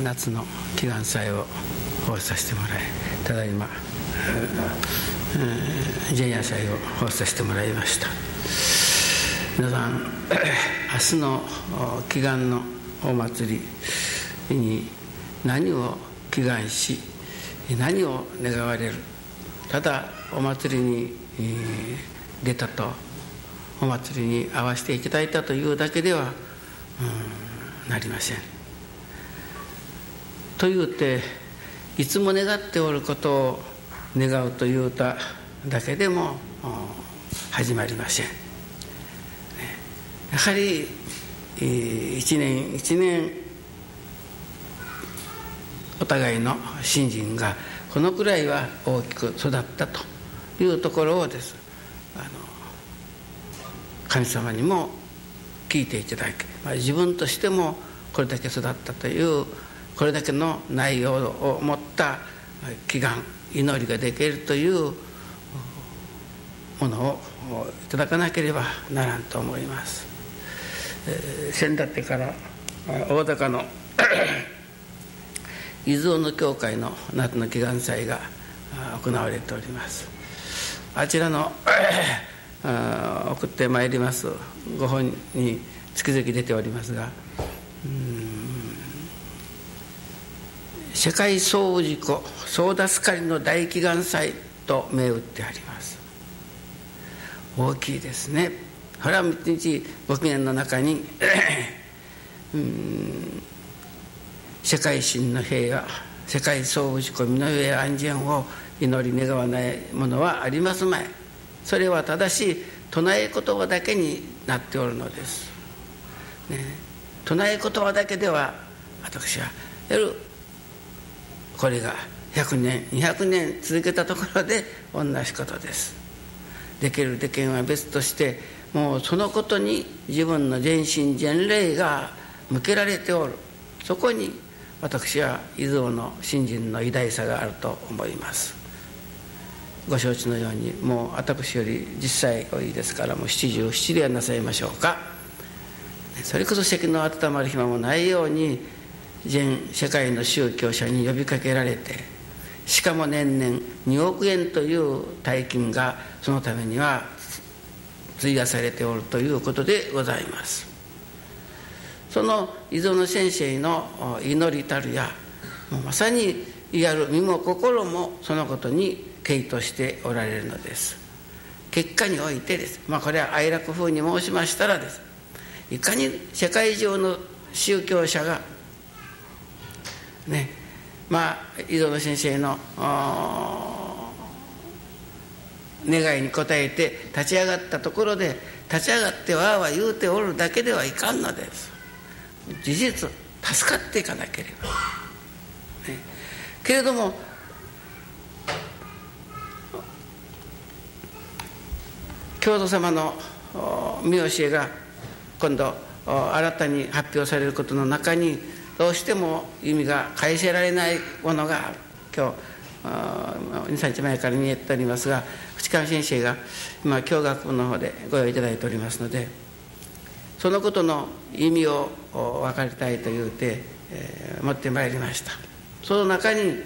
夏の祈願祭を奉仕させてもらい、ただいま前夜祭を奉仕させてもらいました。皆さん、明日の祈願のお祭りに何を祈願し、何を願われる、ただお祭りに出たと、お祭りに合わせていただいたというだけではなりません。というて、いつも願っておることを願うというただけでも始まりません。やはり一年一年お互いの信心がこのくらいは大きく育ったというところをです、神様にも聞いていただき、自分としてもこれだけ育ったというこれだけの内容を持った祈願、祈りができるというものをいただかなければならんと思います。先だってから大高の伊豆の教会の夏の祈願祭が行われております。あちらの送ってまいりますご本に月々出ておりますが、世界総事故総助かりの大祈願祭と銘打ってあります。大きいですね。これは一日ご記念の中に世界真の平和、世界総事故身の上安全を祈り願わないものはありますまい。それはただし唱え言葉だけになっておるのです、唱え言葉だけでは私はこれが100年200年続けたところで同じことです。できるできんは別として、もうそのことに自分の全身全霊が向けられておる。そこに私は伊豆の信心の偉大さがあると思います。ご承知のように、もう私より10歳多いですから、もう77ではなさいましょうか。それこそ席の温まる暇もないように全世界の宗教者に呼びかけられて、しかも年々2億円という大金がそのためには費やされておるということでございます。その伊豆の先生の祈りたるや、もうまさにやる身も心もそのことに傾倒しておられるのです。結果においてです、これは哀楽風に申しましたらです、いかに世界中の宗教者が伊豆の先生の願いに応えて立ち上がったところで、立ち上がってわーわー言うておるだけではいかんのです。事実助かっていかなければ、けれども教祖様の見教えが今度新たに発表されることの中に、どうしても意味が返せられないものがある。今日2、3日前から見えておりますが、淵上先生が今教学部の方でご用意いただいておりますので、そのことの意味を分かりたいというて、持ってまいりました。その中に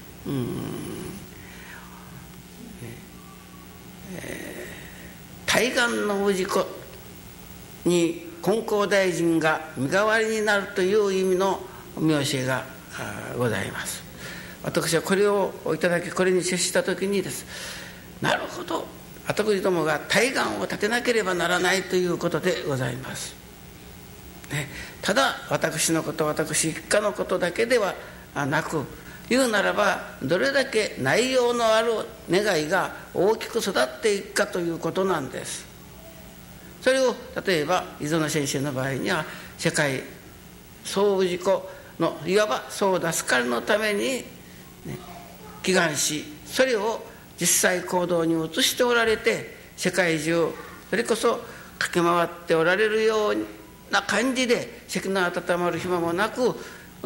対岸の氏子に金光大臣が身代わりになるという意味の見教えがございます。私はこれをいただき、これに接した時にです、なるほど、私どもが対岸を立てなければならないということでございます、ただ私のこと、私一家のことだけではなく、言うならばどれだけ内容のある願いが大きく育っていくかということなんです。それを例えば伊豆の先生の場合には、世界総事故のいわば総助かりのために、祈願し、それを実際行動に移しておられて、世界中それこそ駆け回っておられるような感じで、席の温まる暇もなく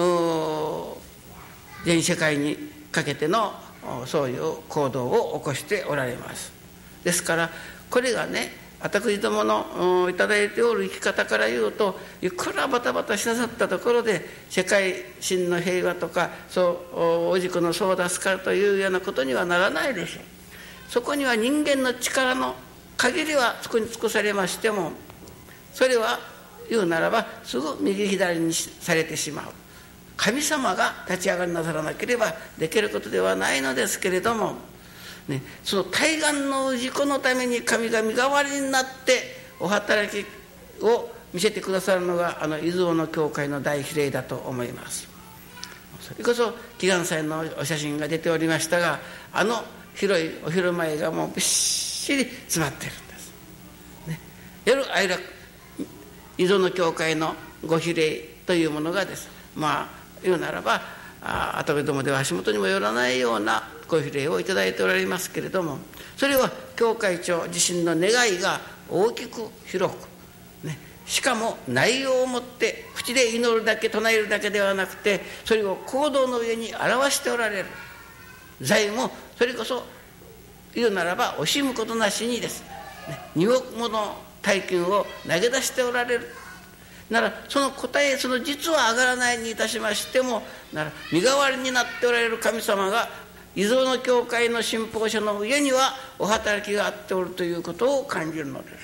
全世界にかけてのそういう行動を起こしておられます。ですからこれがね、 私どものいただいておる生き方から言うと、いくらバタバタしなさったところで世界真の平和とかお軸のそう出すからというようなことにはならないでしょう。そこには人間の力の限りはそこに尽くされましても、それは言うならばすぐ右左にされてしまう。神様が立ち上がりなさらなければできることではないのですけれども、ね、その対岸の氏子のために神が身代わりになってお働きを見せてくださるのが伊豆の教会の大比例だと思います。それこそ祈願祭のお写真が出ておりましたが、広いお昼前がもうびっしり詰まっているんです、ね、夜愛楽伊豆の教会のご比例というものがです、言うならば跡部どもでは足元にもよらないようなご比例をいただいておられますけれども、それは教会長自身の願いが大きく広く、ね、しかも内容をもって口で祈るだけ唱えるだけではなくて、それを行動の上に表しておられる。財もそれこそ言うならば惜しむことなしにです、ね、2億もの大金を投げ出しておられるなら、その答え、その実は上がらないにいたしましてもなら、身代わりになっておられる神様が伊豆の教会の信奉者の上にはお働きがあっておるということを感じるのです、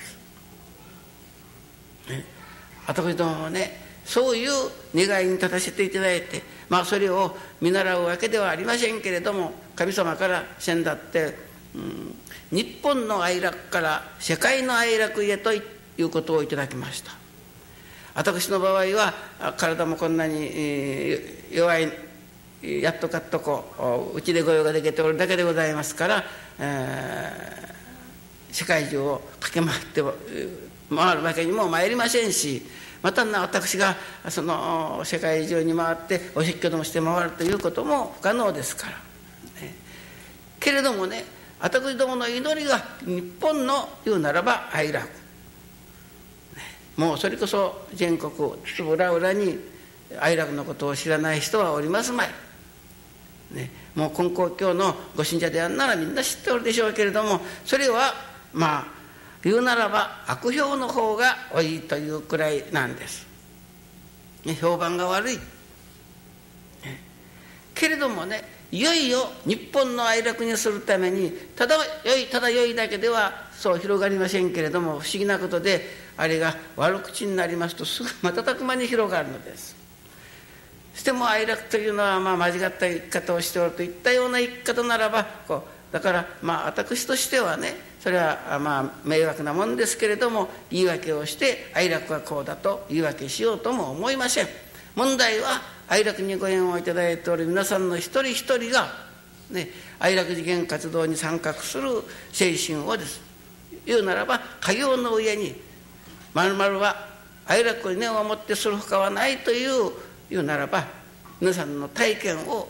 ね、私どももね、そういう願いに立たせていただいて、それを見習うわけではありませんけれども、神様から先だって、日本の愛楽から世界の愛楽へということをいただきました。私の場合は体もこんなに弱い、やっとかっとこうちで御用ができておるだけでございますから、世界中を駆け回って回るわけにも参りませんし、また私がその世界中に回ってお説教でもして回るということも不可能ですから、けれどもね、私どもの祈りが日本の言うならば愛楽、もうそれこそ全国津々浦々に愛楽のことを知らない人はおりますまい、ね、もう金光教のご信者であんならみんな知っておるでしょうけれども、それは言うならば悪評の方が多いというくらいなんです、ね、評判が悪い、ね、けれどもね、いよいよ日本の愛楽にするためにただ良いだけではそう広がりませんけれども、不思議なことであれが悪口になりますとすぐ瞬く間に広がるのです。しても愛楽というのは間違った生き方をしておるといったような生き方ならばだから私としてはね、それは迷惑なもんですけれども、言い訳をして愛楽はこうだと言い訳しようとも思いません。問題は愛楽にご縁をいただいておる皆さんの一人一人が、ね、愛楽次元活動に参画する精神をです言うならば家業の上に〇〇は愛楽に念をもってするほかはないという言うならば、皆さんの体験を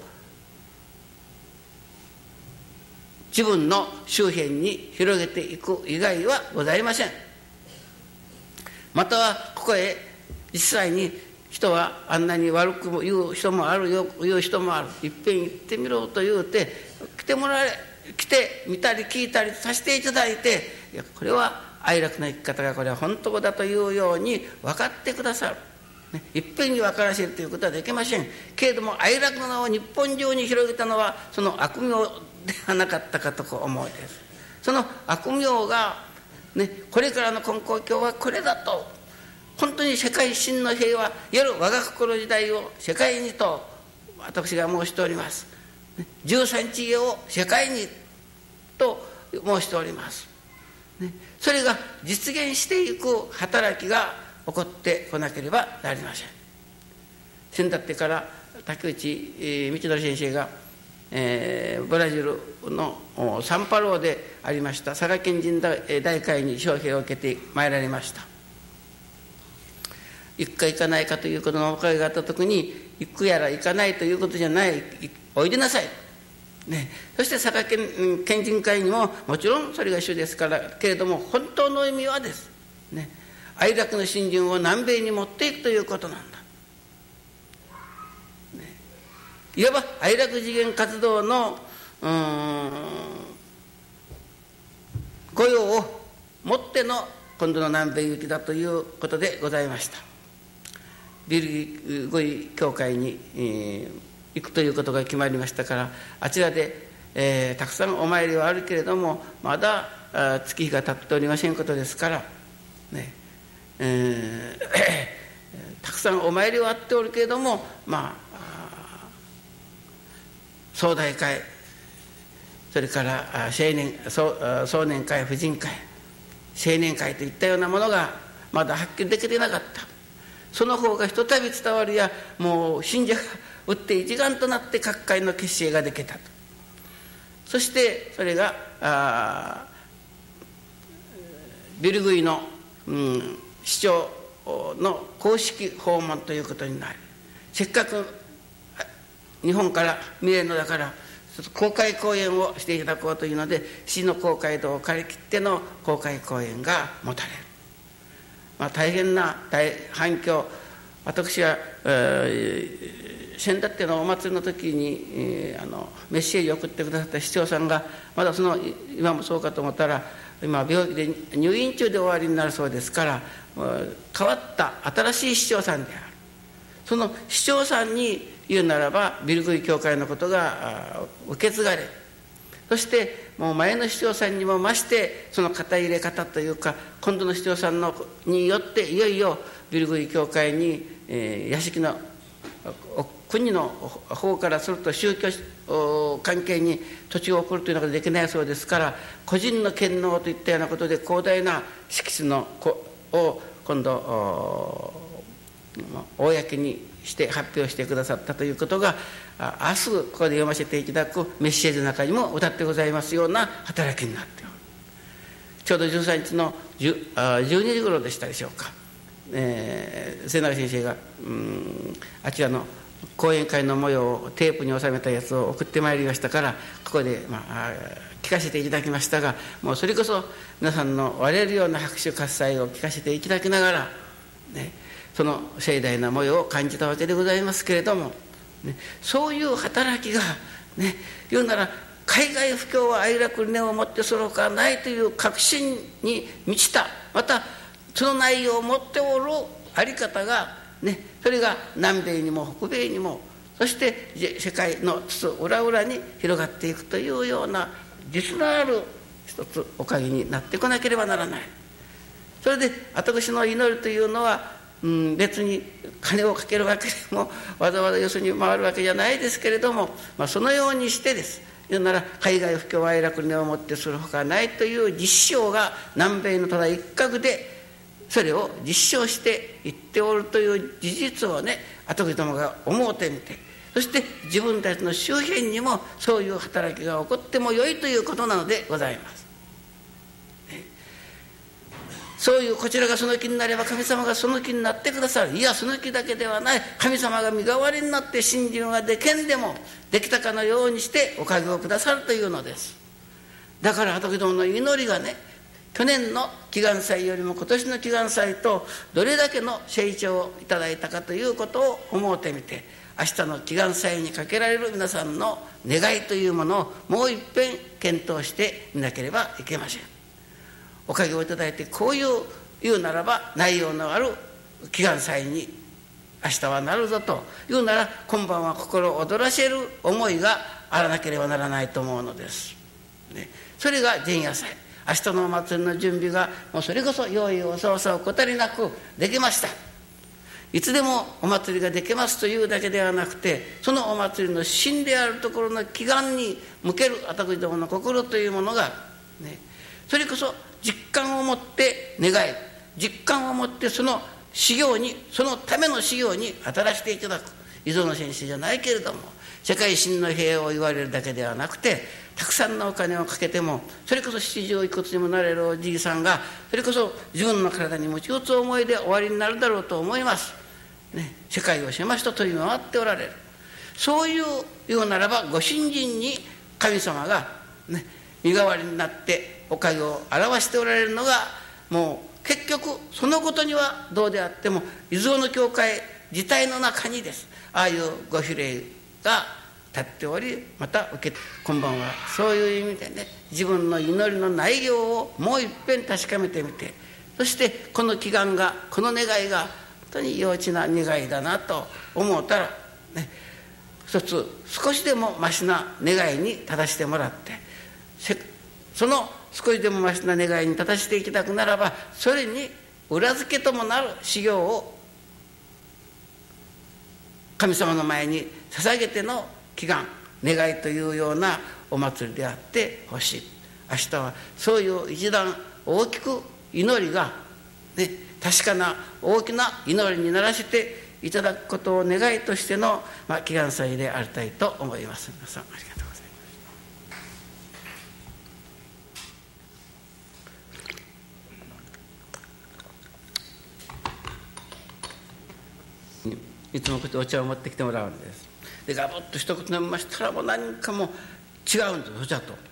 自分の周辺に広げていく以外はございません。またはここへ実際に人はあんなに悪く言う人もあるよ、言う人もある、いっぺん行ってみろと言うて来て見たり聞いたりさせていただいて、いやこれは愛楽の生き方がこれは本当だというように分かってくださる、ね、いっぺんに分からせるということはできませんけれども、愛楽の名を日本中に広げたのはその悪名ではなかったかと思うです。その悪名が、ね、これからの金光教はこれだと、本当に世界真の平和、いわゆる我が心時代を世界にと私が申しております。13地を世界にと申しております。それが実現していく働きが起こってこなければなりません。先だってから竹内道則先生が、ブラジルのサンパウロでありました佐賀県人大会に招聘を受けてまいられました。行くか行かないかということのお声があった時に、行くやら行かないということじゃない、おいでなさい、ね、そして佐賀県県人会にももちろんそれが主ですからけれども、本当の意味はです、ね、愛楽の信心を南米に持っていくということなんだ、ね、いわば愛楽次元活動の御用をもっての今度の南米行きだということでございました。ビルゴイ教会に、行くということが決まりましたから、あちらで、たくさんお参りはあるけれども、まだ月日が経っておりませんことですから、ね、たくさんお参りはあっておるけれども、総大会、それから壮年会、婦人会、青年会といったようなものがまだはっきりできていなかった。その方がひとたび伝わるや、もう信者が打って一丸となって各界の結成ができたと。そしてそれがビルグイの、市長の公式訪問ということになり、せっかく日本から見えるのだから公開講演をしていただこうというので、市の公会堂を借り切っての公開講演が持たれる。大変な反響。私は、先だってのお祭りの時に、メッセージを送ってくださった市長さんが、まだ今もそうかと思ったら、今病気で入院中で終わりになるそうですから、変わった新しい市長さんである。その市長さんに言うならば、ビルグイ教会のことが受け継がれ、そしてもう前の市長さんにも増してその肩入れ方というか、今度の市長さんによっていよいよビルグイ教会に、屋敷の国の方からすると宗教関係に土地を送るというのができないそうですから、個人の権能といったようなことで広大な敷地を今度公にして発表してくださったということが、明日ここで読ませていただくメッセージの中にも歌ってございますような働きになっている。ちょうど13日の12時頃でしたでしょうか、末永先生があちらの講演会の模様をテープに収めたやつを送ってまいりましたから、ここで、聞かせていただきましたが、もうそれこそ皆さんの割れるような拍手喝采を聞かせていただきながら、ね、その盛大な模様を感じたわけでございますけれども、ね、そういう働きが、ね、言うなら海外布教は哀楽理念をもってそのほかないという確信に満ちた、またその内容を持っておるあり方が、ね、それが南米にも北米にも、そして世界の津々浦々に広がっていくというような実のある一つおかげになってこなければならない。それで私の祈りというのは、別に金をかけるわけでもわざわざよそに回るわけじゃないですけれども、そのようにしてです、言うなら海外布教は哀楽理念をもってするほかないという実証が南米のただ一角でそれを実証していっておるという事実をね、跡地どもが思うてみて、そして自分たちの周辺にもそういう働きが起こってもよいということなのでございます。そういうこちらがその気になれば神様がその気になってくださる。いや、その気だけではない。神様が身代わりになって信心がでけんでもできたかのようにしておかげをくださるというのです。だから跡地どもの祈りがね、去年の祈願祭よりも今年の祈願祭とどれだけの成長をいただいたかということを思うてみて、明日の祈願祭にかけられる皆さんの願いというものをもう一遍検討してみなければいけません。おかげをいただいて、こういう言うならば内容のある祈願祭に明日はなるぞと言うなら、今晩は心躍らせる思いがあらなければならないと思うのです、ね、それが前夜祭。明日のお祭りの準備がもうそれこそ用意をそうそう怠りなくできました。いつでもお祭りができますというだけではなくて、そのお祭りの真であるところの祈願に向ける跡地どもの心というものが、ね、それこそ実感を持って願い、実感を持ってその修行に、そのための修行に当たらせていただく。磯野先生じゃないけれども、世界真の平和を言われるだけではなくて、たくさんのお金をかけても、それこそ70いくつにもなれるおじいさんが、それこそ自分の体に持ち打つ思いで終わりになるだろうと思います、ね、世界を狭しと飛び回っておられる。そういうようならば、ご信心に神様が、ね、身代わりになっておかげを表しておられるのが、もう結局そのことにはどうであっても伊豆の教会自体の中にです、ああいうご比例が立っており、また受けて、今晩はそういう意味でね、自分の祈りの内容をもう一遍確かめてみて、 そしてこの祈願が、この願いが本当に幼稚な願いだなと思ったら、ね、一つ少しでもマシな願いに立たせてもらって、その少しでもマシな願いに立たせていきたくならば、それに裏付けともなる修行を神様の前に捧げての祈願、願いというようなお祭りであってほしい。明日はそういう一段大きく祈りが、ね、確かな大きな祈りにならせていただくことを願いとしての、祈願祭でありたいと思います。皆さんありがとうございます。いつもこうやってお茶を持ってきてもらうんです。でガブッと一口飲みましたら、もう何かも違うんです、お茶と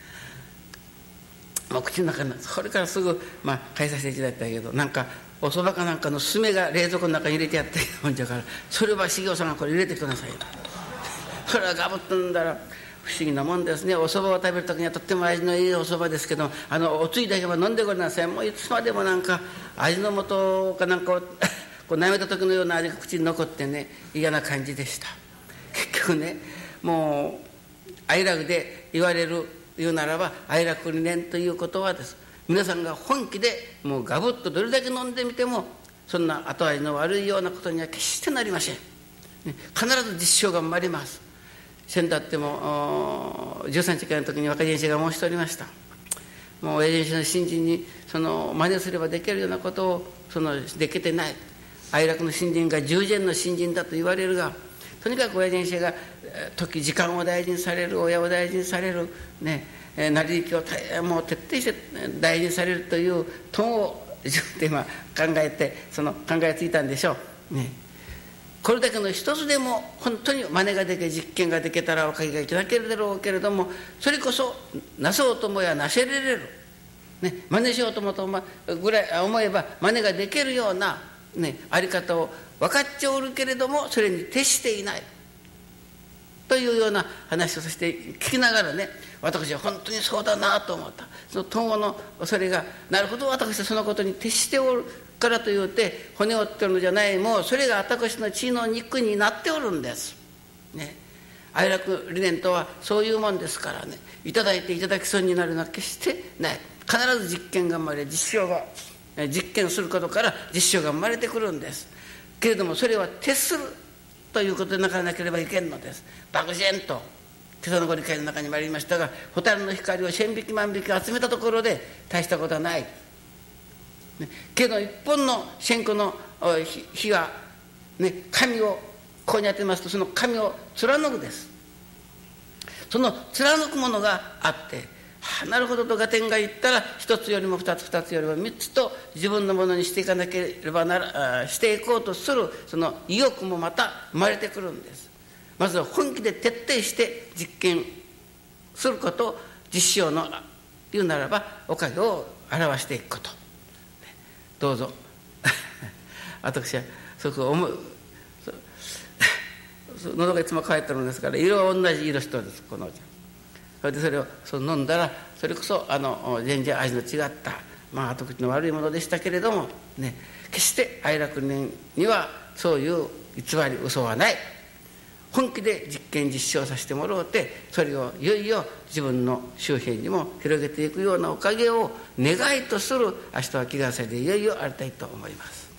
もう口の中に、それからすぐ返させていただいたけど、なんかおそばかなんかの炭が冷蔵庫の中に入れてやってるもんじゃから、それは修行さんがこれ入れてくださいよそれはガブッと飲んだら不思議なもんですね。おそばを食べる時にはとっても味のいいおそばですけど、おつゆだけは飲んでごらんなさい。もういつまでもなんか味の素かなんかをこう舐めた時のような味が口に残ってね、嫌な感じでした。結局ね、もう哀楽で言うならば、哀楽理念ということはです、皆さんが本気でもうガブッとどれだけ飲んでみても、そんな後味の悪いようなことには決してなりません。必ず実証が生まれます。先だっても13日間の時に若人生が申しておりました。もう親人生の新人に真似すればできるようなことをできてない。哀楽の新人が従前の新人だと言われるが、とにかく親人生が時間を大事にされる、親を大事にされる、ね、成り行きをもう徹底して大事にされるというトーンを自分で今考えついたんでしょう、ね。これだけの一つでも本当に真似ができ、実験ができたらおかげがいただけるだろうけれども、それこそなそうともやなせれる、ね、真似しようともぐらい思えば真似ができるような、ね、あり方を分かっちゃおるけれども、それに徹していないというような話をさせて聞きながらね、私は本当にそうだなと思った。その統合のそれが、なるほど、私はそのことに徹しておるからというて骨を折っておるのじゃない、もうそれが私の血の肉になっておるんです、ね。哀楽理念とはそういうもんですからね、いただいていただきそうになるのは決してない。必ず実験が生まれ、実験することから実証が生まれてくるんですけれども、それは徹するということでなかなければいけんのです。漠然と今朝のご理解の中にもありましたが、蛍の光を千匹万匹集めたところで大したことはない、ね、けど一本の線香の火が、ね、紙をここに当てますと、その紙を貫くです。その貫くものがあって、なるほどと合点が言ったら、一つよりも二つ、二つよりも三つと自分のものにしていかなければしていこうとするその意欲もまた生まれてくるんです。まずは本気で徹底して実験すること、実証の言うならばおかげを表していくこと。どうぞ私はすごく喉がいつも渇いてるんですから、色は同じ色してるんです、このお茶。それでそれを飲んだら、それこそ全然味の違った後口の悪いものでしたけれども、ね、決して哀楽念にはそういう偽り嘘はない。本気で実験実証させてもらうて、それをいよいよ自分の周辺にも広げていくようなおかげを願いとする明日は祈願祭でいよいよありたいと思います。